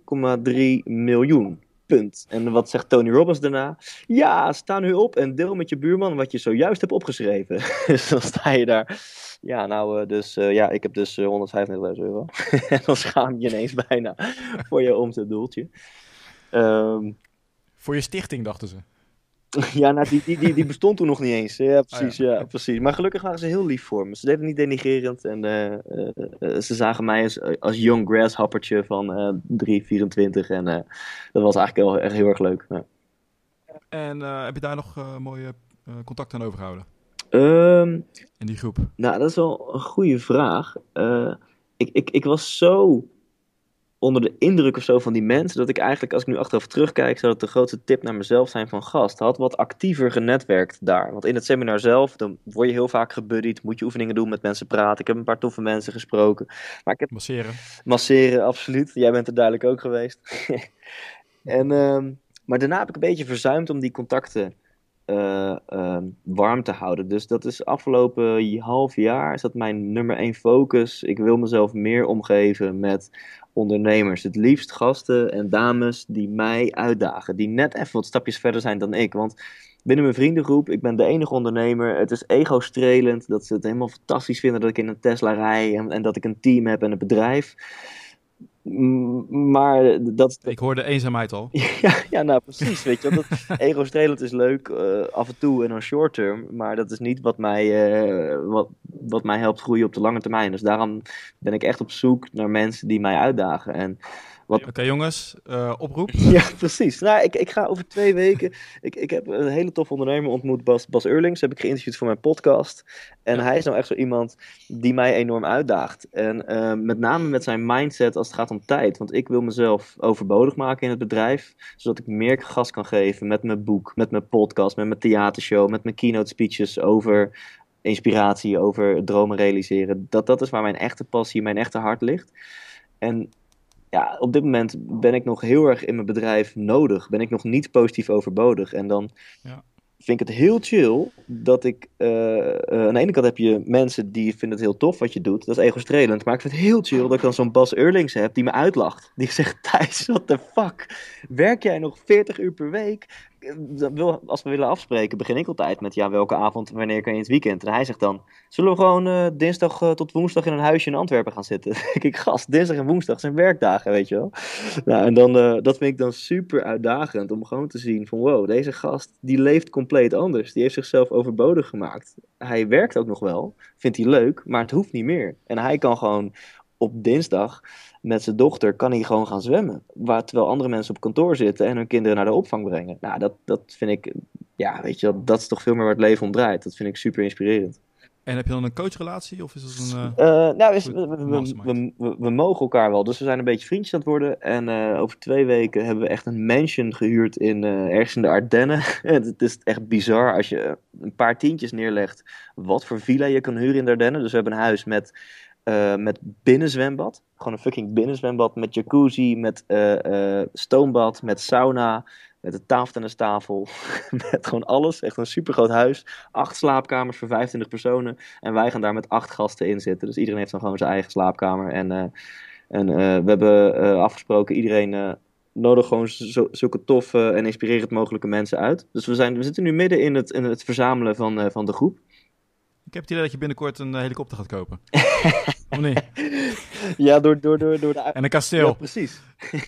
4,3 miljoen. Punt. En wat zegt Tony Robbins daarna? Ja, sta nu op en deel met je buurman wat je zojuist hebt opgeschreven. Dus dan sta je daar. Ja, nou, ik heb dus €135.000. En dan schaam je ineens bijna voor je omzetdoeltje. Voor je stichting, dachten ze. Ja, nou, die bestond toen nog niet eens. Ja, precies, Ah, ja. ja, precies. Maar gelukkig waren ze heel lief voor me. Ze deden niet denigrerend en ze zagen mij als young grasshoppertje van 3, 24. En dat was eigenlijk echt heel erg leuk. Ja. En heb je daar nog mooie contacten aan overgehouden? Ehm, In die groep? nou, dat is wel een goede vraag. Ik was zo onder de indruk of zo van die mensen, dat ik eigenlijk, als ik nu achteraf terugkijk, zou dat de grootste tip naar mezelf zijn van gast. Had wat actiever genetwerkt daar. Want in het seminar zelf, dan word je heel vaak gebuddied, moet je oefeningen doen, met mensen praten. Ik heb een paar toffe mensen gesproken. Maar ik heb Masseren? masseren, absoluut. Jij bent er duidelijk ook geweest. En, maar daarna heb ik een beetje verzuimd om die contacten warm te houden. Dus dat is afgelopen half jaar is dat mijn nummer 1 focus. Ik wil mezelf meer omgeven met ondernemers. Het liefst gasten en dames die mij uitdagen. Die net even wat stapjes verder zijn dan ik. Want binnen mijn vriendengroep, ik ben de enige ondernemer. Het is ego-strelend dat ze het helemaal fantastisch vinden dat ik in een Tesla rij en dat ik een team heb en een bedrijf. Maar dat, Ik hoorde eenzaamheid al. ja, nou precies, weet je wel. Ego-strelend is leuk af en toe en dan short term, maar dat is niet wat mij helpt groeien op de lange termijn. Dus daarom ben ik echt op zoek naar mensen die mij uitdagen. En Oké, jongens, oproep. ja, precies. Nou, ik ga over 2 weken. Ik heb een hele toffe ondernemer ontmoet, Bas Eurlings. Heb ik geïnterviewd voor mijn podcast. En Ja. hij is nou echt zo iemand die mij enorm uitdaagt. En met name met zijn mindset als het gaat om tijd. Want ik wil mezelf overbodig maken in het bedrijf. Zodat ik meer gas kan geven met mijn boek, met mijn podcast, met mijn theatershow, met mijn keynote speeches over inspiratie, over dromen realiseren. Dat is waar mijn echte passie, mijn echte hart ligt. En ja, op dit moment ben ik nog heel erg in mijn bedrijf nodig. Ben ik nog niet positief overbodig. En dan Ja. vind ik het heel chill dat ik... aan de ene kant heb je mensen die vinden het heel tof wat je doet. Dat is ego-strelend. Maar ik vind het heel chill dat ik dan zo'n Bas Eurlings heb die me uitlacht. Die zegt, Thijs, what the fuck? Werk jij nog 40 uur per week? Als we willen afspreken, begin ik altijd met... Ja, welke avond, wanneer kan je in het weekend? En hij zegt dan... Zullen we gewoon dinsdag tot woensdag in een huisje in Antwerpen gaan zitten? Dan denk ik, gast, dinsdag en woensdag zijn werkdagen, weet je wel. Nou, en dan, dat vind ik dan super uitdagend om gewoon te zien van... Wow, deze gast, die leeft compleet anders. Die heeft zichzelf overbodig gemaakt. Hij werkt ook nog wel, vindt hij leuk, maar het hoeft niet meer. En hij kan gewoon op dinsdag met zijn dochter kan hij gewoon gaan zwemmen. Terwijl andere mensen op kantoor zitten en hun kinderen naar de opvang brengen. Nou, dat vind ik, ja, weet je, dat is toch veel meer waar het leven om draait. Dat vind ik super inspirerend. En heb je dan een coachrelatie of is dat een... Nou, we mogen elkaar wel. Dus we zijn een beetje vriendjes aan het worden. En over 2 weken hebben we echt een mansion gehuurd ergens in de Ardennen. Het is echt bizar als je een paar tientjes neerlegt wat voor villa je kan huren in de Ardennen. Dus we hebben een huis met binnenzwembad. Gewoon een fucking binnenzwembad met jacuzzi, met stoombad, met sauna, met een tafeltennistafel, met gewoon alles. Echt een supergroot huis. 8 slaapkamers voor 25 personen. En wij gaan daar met 8 gasten in zitten. Dus iedereen heeft dan gewoon zijn eigen slaapkamer. En we hebben afgesproken, iedereen nodig gewoon zulke toffe en inspirerend mogelijke mensen uit. Dus we zitten nu midden in het verzamelen van de groep. Ik heb het idee dat je binnenkort een helikopter gaat kopen. Of niet? Ja, door de... En een kasteel. Ja, precies.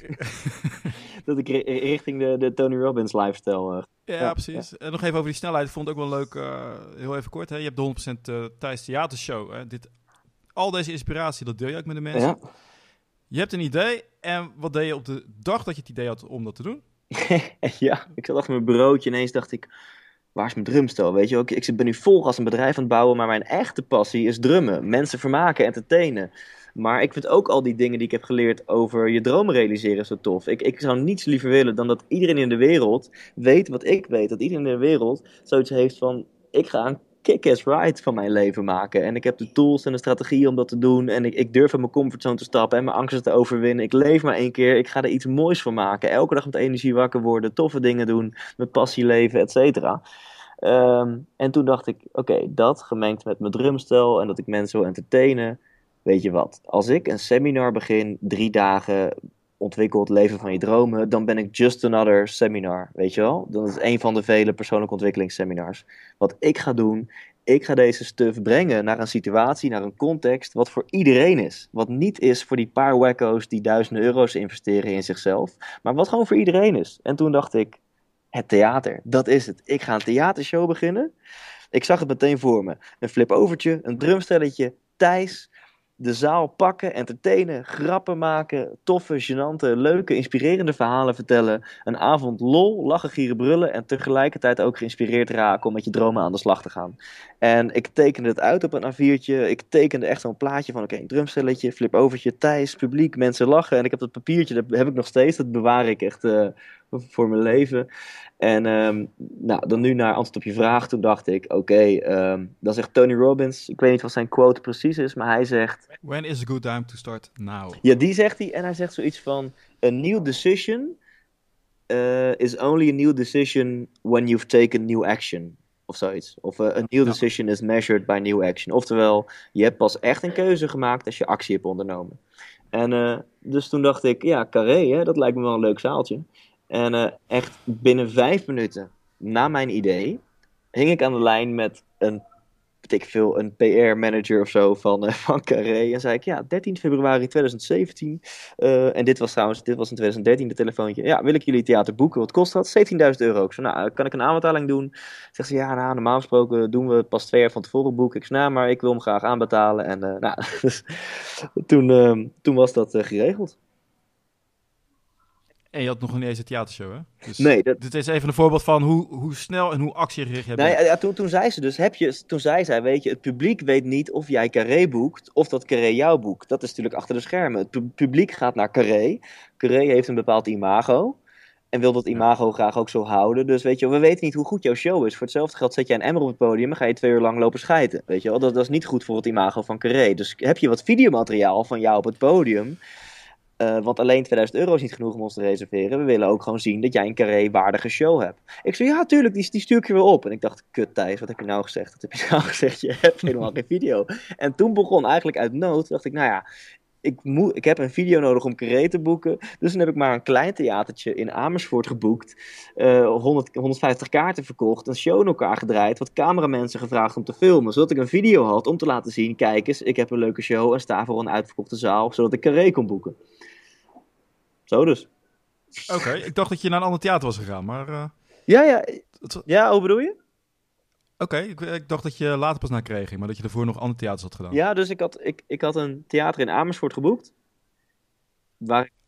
Dat ik richting de Tony Robbins lifestyle... Ja, precies. En nog even over die snelheid. Ik vond het ook wel leuk, heel even kort. Hè? Je hebt de 100% Thijs Theatershow. Hè? Al deze inspiratie, dat deel je ook met de mensen. Ja. Je hebt een idee. En wat deed je op de dag dat je het idee had om dat te doen? Ja, ik zat achter mijn bureautje. Ineens dacht ik... Waar is mijn drumstel? Weet je ook? Ik ben nu vol als een bedrijf aan het bouwen, maar mijn echte passie is drummen. Mensen vermaken, entertainen. Maar ik vind ook al die dingen die ik heb geleerd over je dromen realiseren zo tof. Ik zou niets liever willen dan dat iedereen in de wereld weet wat ik weet. Dat iedereen in de wereld zoiets heeft van... Ik ga een kick-ass ride van mijn leven maken. En ik heb de tools en de strategieën om dat te doen. En ik durf uit mijn comfortzone te stappen en mijn angsten te overwinnen. Ik leef maar 1 keer. Ik ga er iets moois van maken. Elke dag met energie wakker worden. Toffe dingen doen. Met passie leven, et cetera. En toen dacht ik, oké, dat gemengd met mijn drumstel en dat ik mensen wil entertainen. Weet je wat, als ik een seminar begin, 3 dagen ontwikkeld leven van je dromen, dan ben ik just another seminar, weet je wel? Dan is het een van de vele persoonlijke ontwikkelingsseminars. Wat ik ga doen, ik ga deze stuff brengen naar een situatie, naar een context, wat voor iedereen is. Wat niet is voor die paar wacko's die duizenden euro's investeren in zichzelf, maar wat gewoon voor iedereen is. En toen dacht ik, Het theater, dat is het. Ik ga een theatershow beginnen. Ik zag het meteen voor me. Een flip-overtje, een drumstelletje, Thijs, de zaal pakken, entertainen, grappen maken, toffe, gênante, leuke, inspirerende verhalen vertellen. Een avond lol, lachen, gieren, brullen en tegelijkertijd ook geïnspireerd raken om met je dromen aan de slag te gaan. En ik tekende het uit op een A4'tje. Ik tekende echt zo'n plaatje van een drumstelletje, flip-overtje, Thijs, publiek, mensen lachen. En ik heb dat papiertje, dat heb ik nog steeds, dat bewaar ik echt voor mijn leven. En dan nu naar antwoord op je vraag. Toen dacht ik, dan zegt Tony Robbins, ik weet niet wat zijn quote precies is, maar hij zegt... When is a good time to start now? Ja, die zegt hij en hij zegt zoiets van... A new decision is only a new decision when you've taken new action. Of zoiets. Of a new decision is measured by new action. Oftewel, je hebt pas echt een keuze gemaakt als je actie hebt ondernomen. En dus toen dacht ik, ja, Carré, hè, dat lijkt me wel een leuk zaaltje. En echt binnen 5 minuten na mijn idee hing ik aan de lijn met een PR-manager of zo van Carré. En zei ik, ja, 13 februari 2017. En dit was in 2013 de telefoontje. Ja, wil ik jullie theater boeken? Wat kost dat? €17.000. Ik zei, nou, kan ik een aanbetaling doen? Zegt ze, ja, nou, normaal gesproken doen we het pas 2 jaar van tevoren boeken. Ik zei, nou, maar ik wil hem graag aanbetalen. En dus, toen was dat geregeld. En je had nog niet eens een theatershow, hè? Dus Nee, dit is even een voorbeeld van hoe snel en hoe actiegericht je bent. Nou ja, toen zei ze dus, toen zei zij, weet je, het publiek weet niet of jij Carré boekt of dat Carré jou boekt. Dat is natuurlijk achter de schermen. Het publiek gaat naar Carré. Carré heeft een bepaald imago en wil dat imago graag ook zo houden. Dus weet je, we weten niet hoe goed jouw show is. Voor hetzelfde geld zet jij een emmer op het podium en ga je 2 uur lang lopen schijten. Weet je wel, dat is niet goed voor het imago van Carré. Dus heb je wat videomateriaal van jou op het podium... want alleen €2000 is niet genoeg om ons te reserveren. We willen ook gewoon zien dat jij een Carré-waardige show hebt. Ik zei, ja, tuurlijk, die stuur ik je weer op. En ik dacht, kut Thijs, wat heb je nou gezegd? Wat heb je nou gezegd? Je hebt helemaal geen video. En toen begon eigenlijk uit nood, dacht ik, nou ja, ik heb een video nodig om Carré te boeken. Dus dan heb ik maar een klein theatertje in Amersfoort geboekt. 150 kaarten verkocht, een show in elkaar gedraaid. Wat cameramensen gevraagd om te filmen. Zodat ik een video had om te laten zien, kijk eens, ik heb een leuke show en sta voor een uitverkochte zaal. Zodat ik Carré kon boeken. Zo dus. Oké, ik dacht dat je naar een ander theater was gegaan, maar... Ja, hoe bedoel je? Oké, ik dacht dat je later pas naar Carré ging, maar dat je ervoor nog andere theaters had gedaan. Ja, dus ik had een theater in Amersfoort geboekt. Waar ik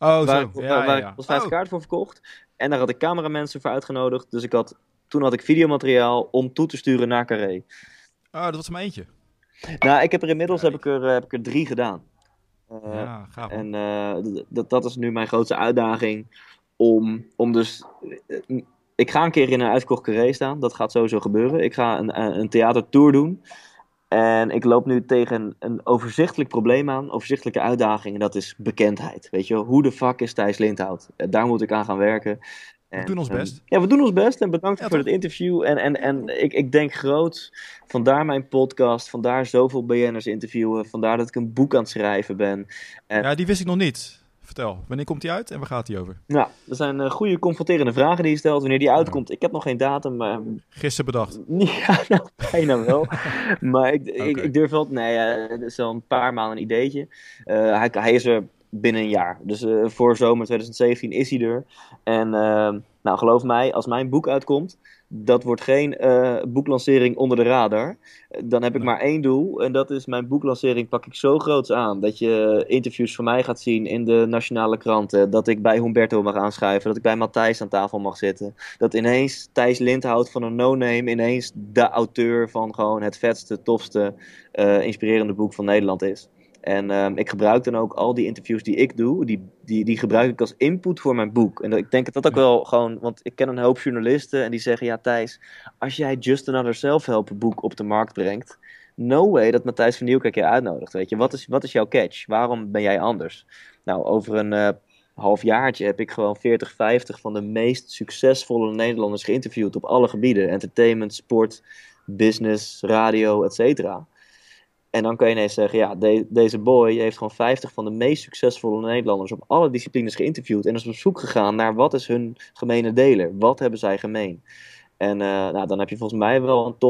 50 kaarten voor verkocht. En daar had ik cameramensen voor uitgenodigd. Dus toen had ik videomateriaal om toe te sturen naar Carré. Oh, dat was er maar eentje. Nou, ik heb er inmiddels heb ik er 3 gedaan. Ja, gaaf. En dat is nu mijn grootste uitdaging. Om dus... Ik ga een keer in een uitverkocht Carré staan. Dat gaat sowieso gebeuren. Ik ga een theatertour doen. En ik loop nu tegen een overzichtelijk probleem aan. Overzichtelijke uitdaging. En dat is bekendheid. Weet je wel? Hoe de fuck is Thijs Lindhout? Daar moet ik aan gaan werken. We doen ons best. Ja, we doen ons best. En bedankt voor het interview. En ik denk groot. Vandaar mijn podcast. Vandaar zoveel BN'ers interviewen. Vandaar dat ik een boek aan het schrijven ben. Ja, die wist ik nog niet. Vertel, wanneer komt die uit en waar gaat die over? Nou, er zijn goede confronterende vragen die je stelt. Wanneer die uitkomt, ik heb nog geen datum. Maar... Gisteren bedacht. Ja, nou, bijna wel. Maar ik durf wel... Nee, het is al een paar maanden een ideetje. Hij is er binnen een jaar. Dus voor zomer 2017 is hij er. En nou, geloof mij, als mijn boek uitkomt... Dat wordt geen boeklancering onder de radar. Dan heb ik maar 1 doel. En dat is mijn boeklancering pak ik zo groots aan. Dat je interviews van mij gaat zien in de nationale kranten. Dat ik bij Humberto mag aanschuiven. Dat ik bij Matthijs aan tafel mag zitten. Dat ineens Thijs Lindhout van een no-name ineens de auteur van gewoon het vetste, tofste, inspirerende boek van Nederland is. En ik gebruik dan ook al die interviews die ik doe, die gebruik ik als input voor mijn boek. En ik denk dat ook wel gewoon, want ik ken een hoop journalisten en die zeggen, ja Thijs, als jij Just Another Self-Help boek op de markt brengt, no way dat Matthijs van Nieuwkerk je uitnodigt, weet je. Wat is jouw catch? Waarom ben jij anders? Nou, over een halfjaartje heb ik gewoon 40, 50 van de meest succesvolle Nederlanders geïnterviewd op alle gebieden. Entertainment, sport, business, radio, et cetera. En dan kan je ineens zeggen, ja, deze boy heeft gewoon 50 van de meest succesvolle Nederlanders op alle disciplines geïnterviewd. En is op zoek gegaan naar wat is hun gemene deler. Wat hebben zij gemeen? En nou, dan heb je volgens mij wel een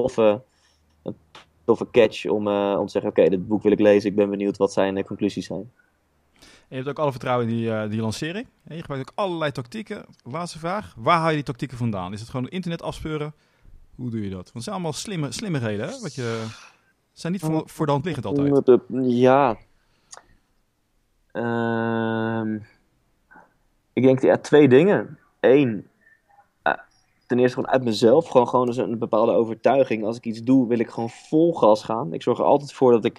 toffe catch om te zeggen, oké, dit boek wil ik lezen. Ik ben benieuwd wat zijn conclusies zijn. je hebt ook alle vertrouwen in die lancering. Je gebruikt ook allerlei tactieken. Laatste vraag. Waar haal je die tactieken vandaan? Is het gewoon internet afspeuren? Hoe doe je dat? Want het zijn allemaal slimmigheden, hè? Zijn niet voor de hand liggend altijd. Ja. Ik denk 2 dingen. 1, ten eerste gewoon uit mezelf. Gewoon dus een bepaalde overtuiging. Als ik iets doe, wil ik gewoon vol gas gaan. Ik zorg er altijd voor dat ik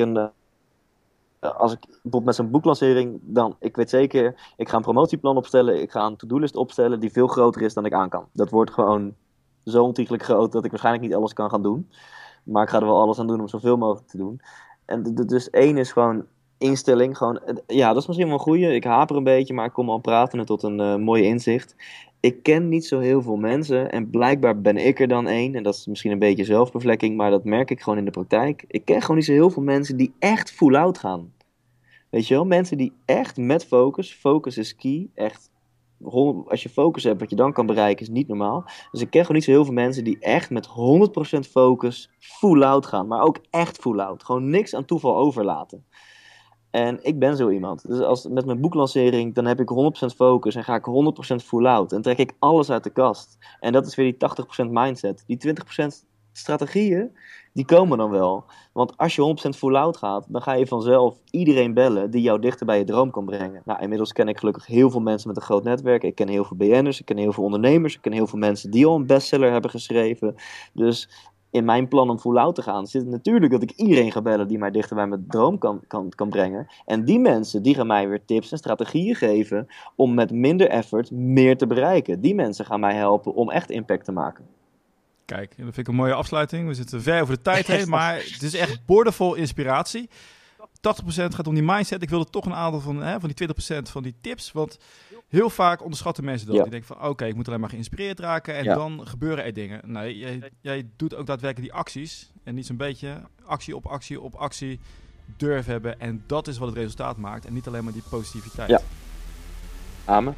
als ik bijvoorbeeld met zo'n boeklancering, dan, ik weet zeker, ik ga een promotieplan opstellen, ik ga een to-do-list opstellen die veel groter is dan ik aan kan. Dat wordt gewoon zo ontiegelijk groot dat ik waarschijnlijk niet alles kan gaan doen. Maar ik ga er wel alles aan doen om zoveel mogelijk te doen. En dus 1 is gewoon instelling. Gewoon, ja, dat is misschien wel een goeie. Ik haper een beetje, maar ik kom al praten tot een mooie inzicht. Ik ken niet zo heel veel mensen en blijkbaar ben ik er dan 1. En dat is misschien een beetje zelfbevlekking, maar dat merk ik gewoon in de praktijk. Ik ken gewoon niet zo heel veel mensen die echt full out gaan. Weet je wel, mensen die echt met focus is key, echt, als je focus hebt, wat je dan kan bereiken, is niet normaal. Dus ik ken gewoon niet zo heel veel mensen die echt met 100% focus full out gaan, maar ook echt full out. Gewoon niks aan toeval overlaten. En ik ben zo iemand. Dus met mijn boeklancering, dan heb ik 100% focus en ga ik 100% full out. En trek ik alles uit de kast. En dat is weer die 80% mindset. Die 20% strategieën, die komen dan wel. Want als je 100% full out gaat, dan ga je vanzelf iedereen bellen die jou dichter bij je droom kan brengen. Nou, inmiddels ken ik gelukkig heel veel mensen met een groot netwerk. Ik ken heel veel BN'ers, ik ken heel veel ondernemers, ik ken heel veel mensen die al een bestseller hebben geschreven. Dus in mijn plan om full out te gaan zit het natuurlijk dat ik iedereen ga bellen die mij dichter bij mijn droom kan brengen. En die mensen, die gaan mij weer tips en strategieën geven om met minder effort meer te bereiken. Die mensen gaan mij helpen om echt impact te maken. Kijk, dat vind ik een mooie afsluiting. We zitten ver over de tijd heen, maar het is echt boordevol inspiratie. 80% gaat om die mindset. Ik wilde toch een aantal van die 20% van die tips. Want heel vaak onderschatten mensen dat. Ja. Die denken van oké, ik moet alleen maar geïnspireerd raken en dan gebeuren er dingen. Nee, jij doet ook daadwerkelijk die acties. En niet zo'n beetje actie op actie op actie durf hebben. En dat is wat het resultaat maakt. En niet alleen maar die positiviteit. Ja. Amen.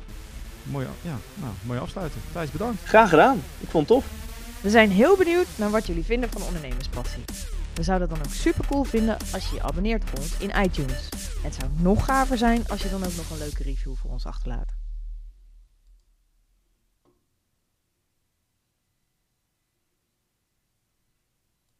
Mooie afsluiting. Thijs, bedankt. Graag gedaan. Ik vond het tof. We zijn heel benieuwd naar wat jullie vinden van Ondernemerspassie. We zouden het dan ook super cool vinden als je je abonneert op ons in iTunes. En het zou nog gaver zijn als je dan ook nog een leuke review voor ons achterlaat.